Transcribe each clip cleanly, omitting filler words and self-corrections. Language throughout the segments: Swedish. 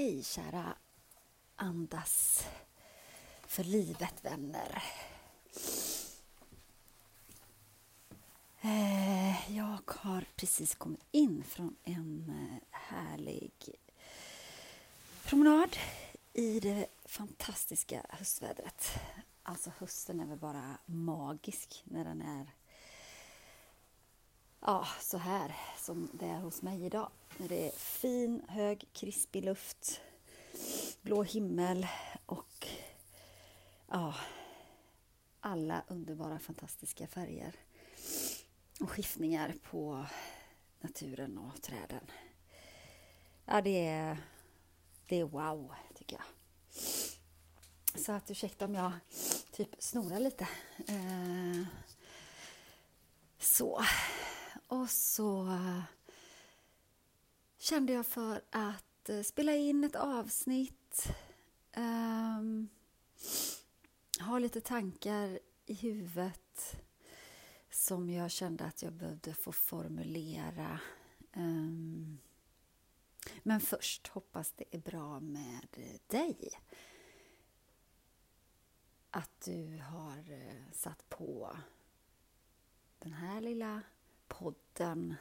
Hej kära andas för livet vänner. Jag har precis kommit in från en härlig promenad i det fantastiska höstvädret. Alltså hösten är väl bara magisk när den är så här som det är hos mig idag. När det är fin, hög, krispig luft, blå himmel och alla underbara, fantastiska färger och skiftningar på naturen och träden. Ja, det är wow, tycker jag. Så att ursäkta om jag typ snorar lite. Så. Och så kände jag för att spela in ett avsnitt. Ha lite tankar i huvudet som jag kände att jag behövde få formulera. Men först hoppas det är bra med dig. Att du har satt på den här lilla podden.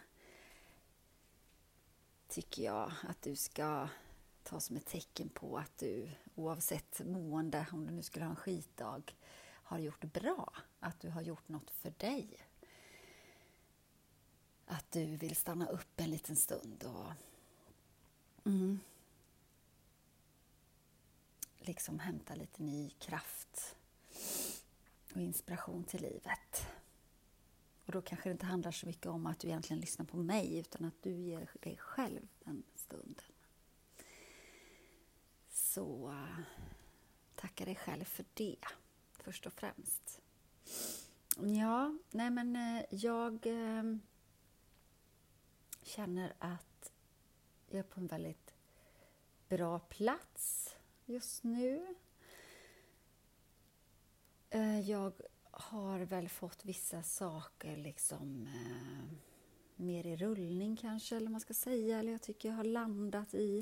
Tycker jag att du ska ta som ett tecken på att du oavsett mående, om du nu skulle ha en skitdag, har gjort bra. Att du har gjort något för dig. Att du vill stanna upp en liten stund och liksom hämta lite ny kraft och inspiration till livet. Och då kanske det inte handlar så mycket om att du egentligen lyssnar på mig, utan att du ger dig själv en stund. Så tacka dig själv för det, först och främst. Jag känner att jag är på en väldigt bra plats just nu. Jag har väl fått vissa saker liksom mer i rullning kanske, eller man ska säga. Eller jag tycker jag har landat i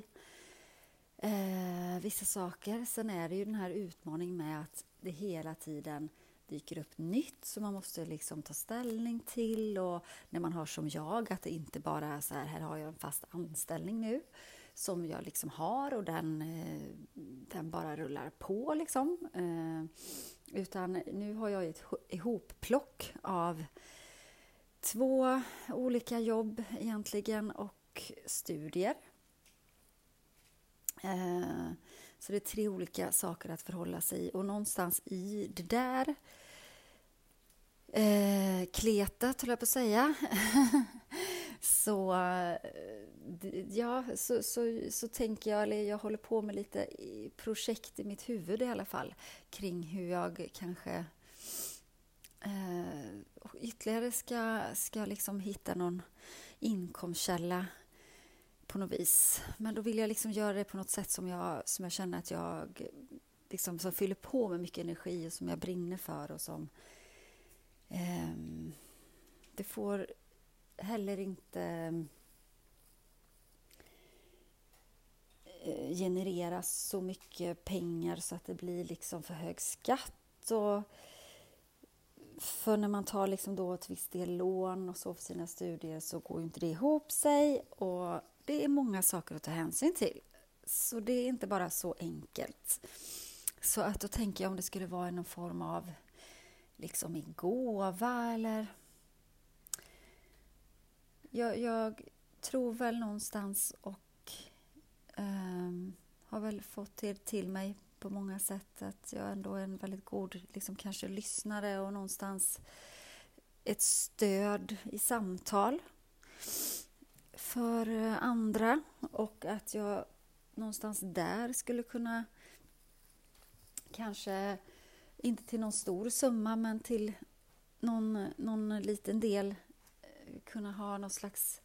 vissa saker. Sen är det ju den här utmaningen med att det hela tiden dyker upp nytt som man måste liksom ta ställning till. Och när man har som jag, att det inte bara är så här har jag en fast anställning nu som jag liksom har och den bara rullar på liksom. Utan nu har jag ett ihopplock av 2 olika jobb egentligen och studier. Så det är 3 olika saker att förhålla sig i. Och någonstans i det där kletet, höll jag på att säga. Så tänker jag, eller jag håller på med lite projekt i mitt huvud i alla fall, kring hur jag kanske ytterligare ska liksom hitta någon inkomstkälla på något vis. Men då vill jag liksom göra det på något sätt som jag känner att jag liksom, som fyller på med mycket energi och som jag brinner för, och som det får heller inte generera så mycket pengar så att det blir liksom för hög skatt. Och för när man tar liksom då ett visst del lån och så för sina studier, så går ju inte det ihop sig, och det är många saker att ta hänsyn till. Så det är inte bara så enkelt. Så att då tänker jag om det skulle vara någon form av liksom i gåva, eller jag tror väl någonstans och har väl fått det till mig på många sätt att jag ändå är en väldigt god liksom kanske lyssnare och någonstans ett stöd i samtal för andra, och att jag någonstans där skulle kunna, kanske inte till någon stor summa, men till någon liten del kunna ha någon slags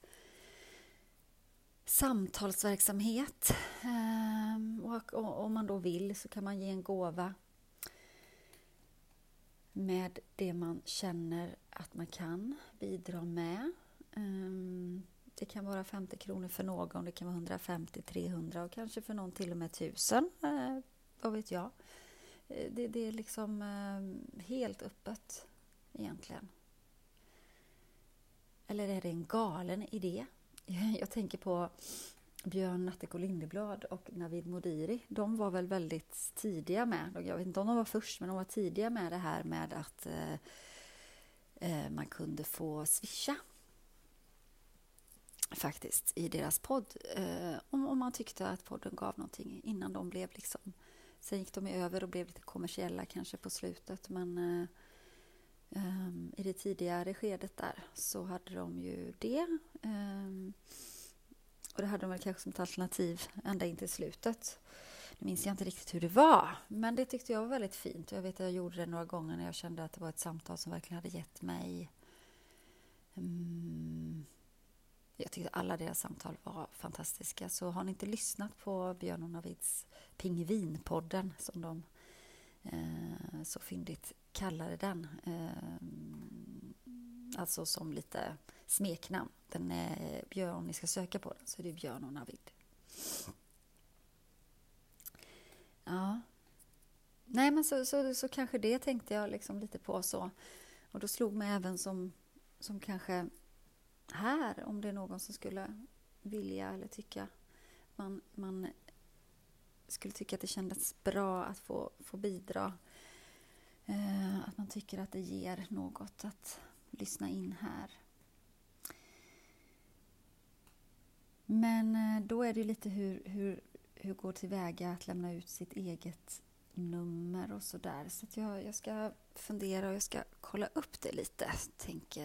samtalsverksamhet. Och om man då vill så kan man ge en gåva med det man känner att man kan bidra med. Det kan vara 50 kronor för någon, det kan vara 150, 300 och kanske för någon till och med 1000. Vad vet jag. Det är liksom helt öppet egentligen. Eller är det en galen idé? Jag tänker på Björn Natthiko Lindeblad och Navid Modiri. De var väl väldigt tidiga med, jag vet inte om de var först, men de var tidiga med det här med att man kunde få swisha faktiskt i deras podd om man tyckte att podden gav någonting innan de blev liksom, sen gick de över och blev lite kommersiella kanske på slutet, men i det tidigare skedet där så hade de ju det och det hade de väl kanske som ett alternativ ända in till slutet. Nu minns jag inte riktigt hur det var, men det tyckte jag var väldigt fint och jag vet att jag gjorde det några gånger när jag kände att det var ett samtal som verkligen hade gett mig jag tyckte alla deras samtal var fantastiska. Så har ni inte lyssnat på Björn och Navids Pingvinpodden som de så fyndigt kallade den. Alltså som lite smeknamn. Den är Björn, om ni ska söka på den så är det Björn och Navid. Ja. Nej men så kanske det tänkte jag liksom lite på så. Och då slog mig även som kanske här, om det är någon som skulle vilja eller tycka man skulle tycka att det kändes bra att få bidra, att man tycker att det ger något att lyssna in här. Men då är det lite hur går tillväga att lämna ut sitt eget nummer och sådär. Så att jag ska fundera och jag ska kolla upp det lite. Tänker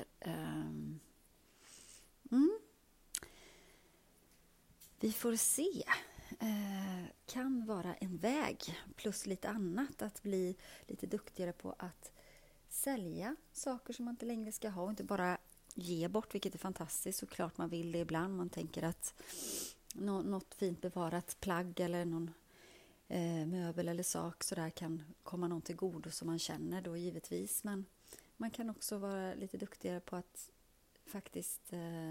vi får se. Kan vara en väg plus lite annat att bli lite duktigare på att sälja saker som man inte längre ska ha och inte bara ge bort, vilket är fantastiskt. Såklart man vill det ibland. Man tänker att något fint bevarat plagg eller någon möbel eller sak så där kan komma någon till godo som man känner då givetvis. Men man kan också vara lite duktigare på att faktiskt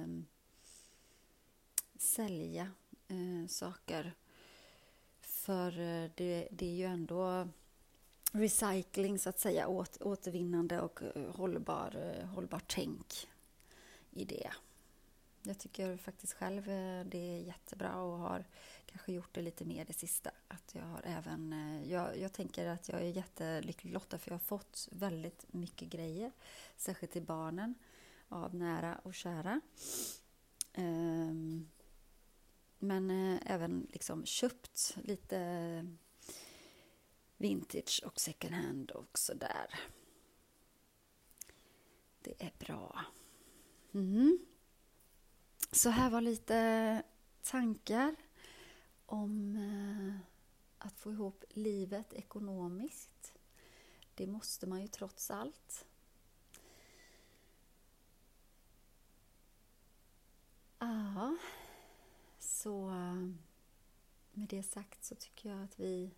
sälja saker. För det är ju ändå recycling så att säga, återvinnande och hållbart tänk i det. Jag tycker faktiskt själv det är jättebra och har kanske gjort det lite mer det sista. Att jag har även, jag tänker att jag är jättelycklig lottad för jag har fått väldigt mycket grejer, särskilt till barnen av nära och kära. Men även liksom köpt lite vintage och second hand och så där. Det är bra. Så här var lite tankar om att få ihop livet ekonomiskt. Det måste man ju trots allt. Ja, så med det sagt så tycker jag att vi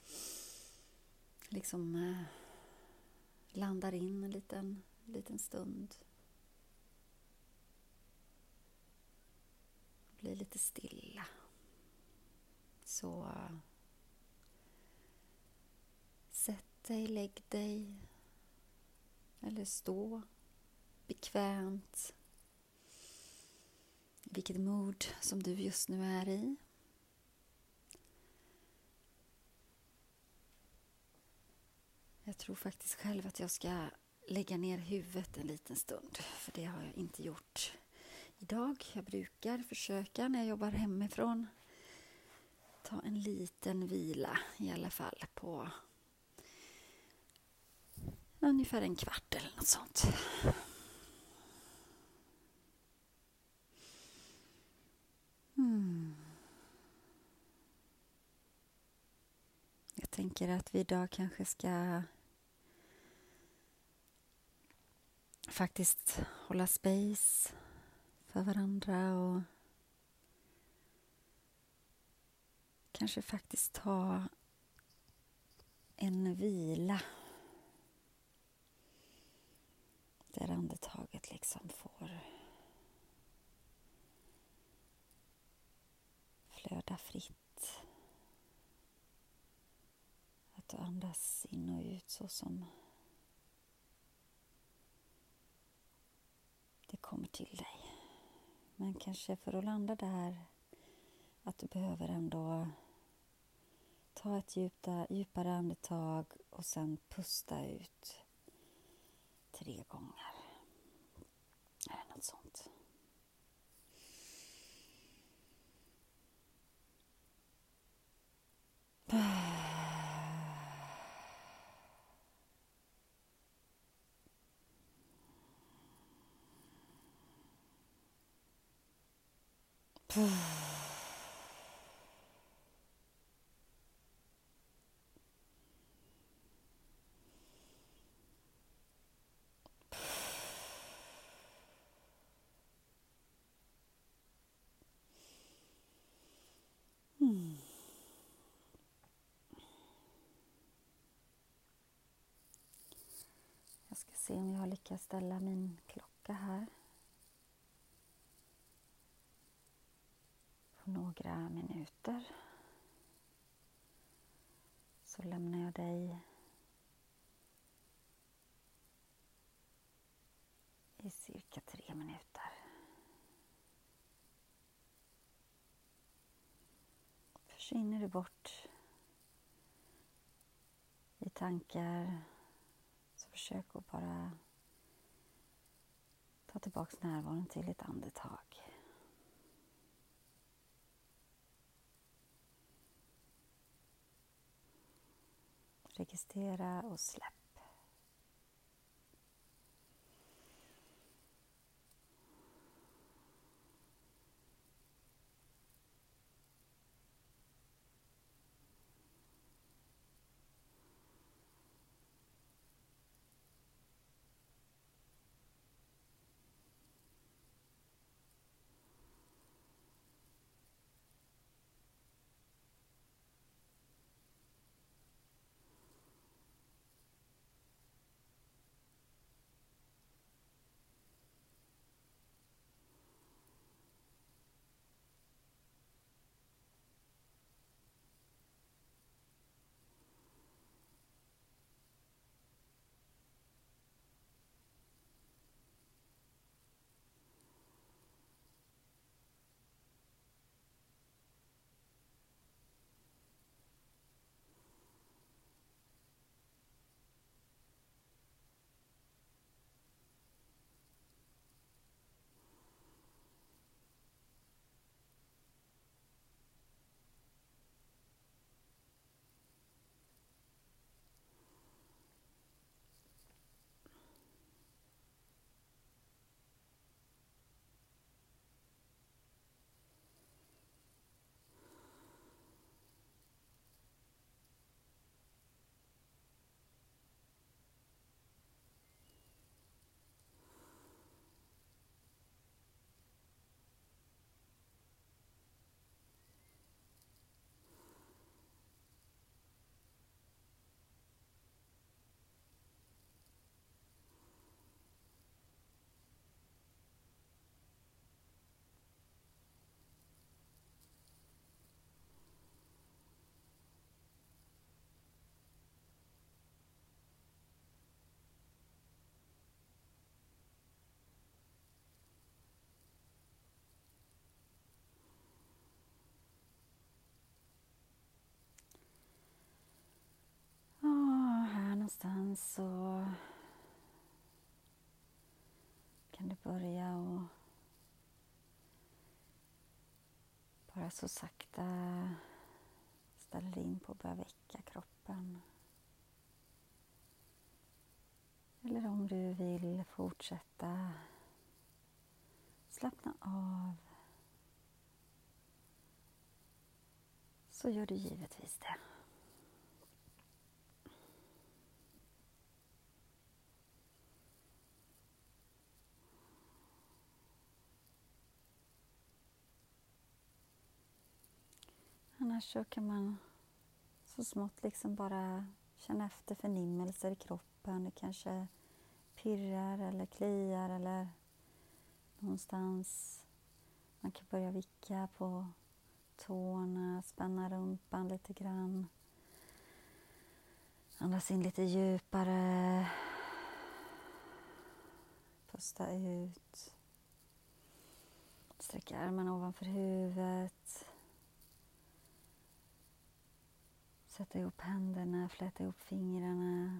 liksom landar in en liten stund. Blir lite stilla. Så sätt dig, lägg dig eller stå bekvämt. Vilket mood som du just nu är i. Jag tror faktiskt själv att jag ska lägga ner huvudet en liten stund. För det har jag inte gjort idag. Jag brukar försöka när jag jobbar hemifrån ta en liten vila i alla fall på ungefär en kvart eller något sånt. Jag tänker att vi idag kanske ska faktiskt hålla space för varandra och kanske faktiskt ta en vila där andetaget liksom får bara fritt. Att du andas in och ut så som det kommer till dig. Men kanske för att landa där att du behöver ändå ta ett djupare andetag och sen pusta ut 3 gånger. Eller något sånt. Jag ska se om jag lyckas ställa min klocka här. På några minuter. Så lämnar jag dig i cirka 3 minuter. Försvinner du bort i tankar, så försök att bara ta tillbaka närvaron till ett andetag. Registrera och släpp. Här någonstans så kan du börja och bara så sakta ställa dig in på att börja väcka kroppen. Eller om du vill fortsätta slappna av, så gör du givetvis det. Annars så kan man så smått liksom bara känna efter förnimmelser i kroppen. Det kanske pirrar eller kliar eller någonstans. Man kan börja vicka på tårna, spänna rumpan lite grann. Andas in lite djupare. Pusta ut. Sträck armarna ovanför huvudet. Sätta ihop händerna, fläta ihop fingrarna.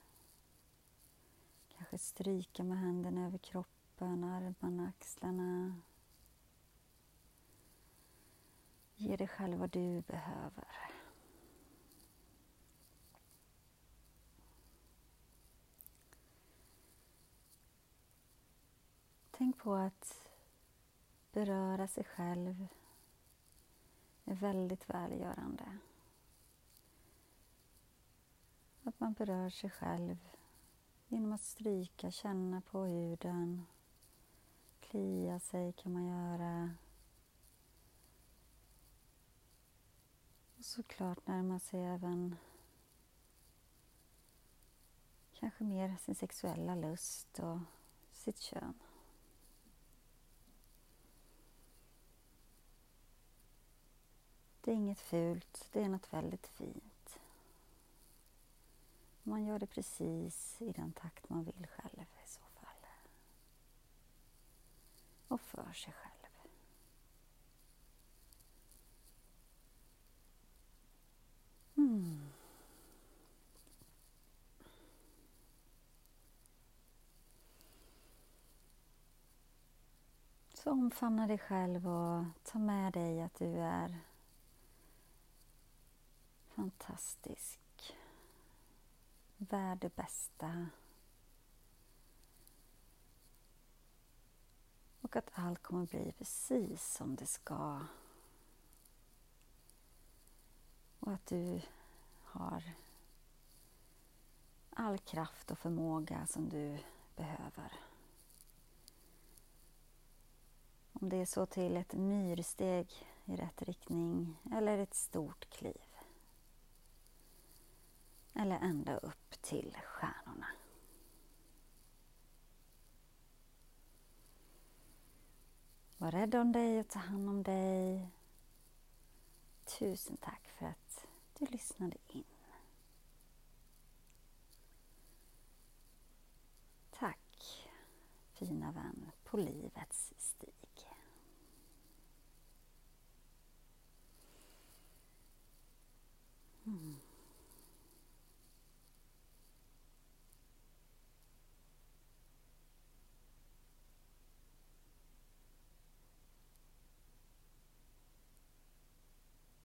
Kanske stryka med händerna över kroppen, armarna, axlarna. Ge dig själv vad du behöver. Tänk på att beröra sig själv är väldigt välgörande. Att man berör sig själv genom att stryka, känna på huden. Klia sig kan man göra. Och såklart närma sig även kanske mer sin sexuella lust och sitt kön. Det är inget fult, det är något väldigt fint. Man gör det precis i den takt man vill själv i så fall. Och för sig själv. Så omfamna dig själv och ta med dig att du är fantastisk. Värd det bästa. Och att allt kommer bli precis som det ska. Och att du har all kraft och förmåga som du behöver. Om det är så till ett myrsteg i rätt riktning eller ett stort kliv. Eller ända upp till stjärnorna. Var rädd om dig och ta hand om dig. Tusen tack för att du lyssnade in. Tack, fina vän på livets stig.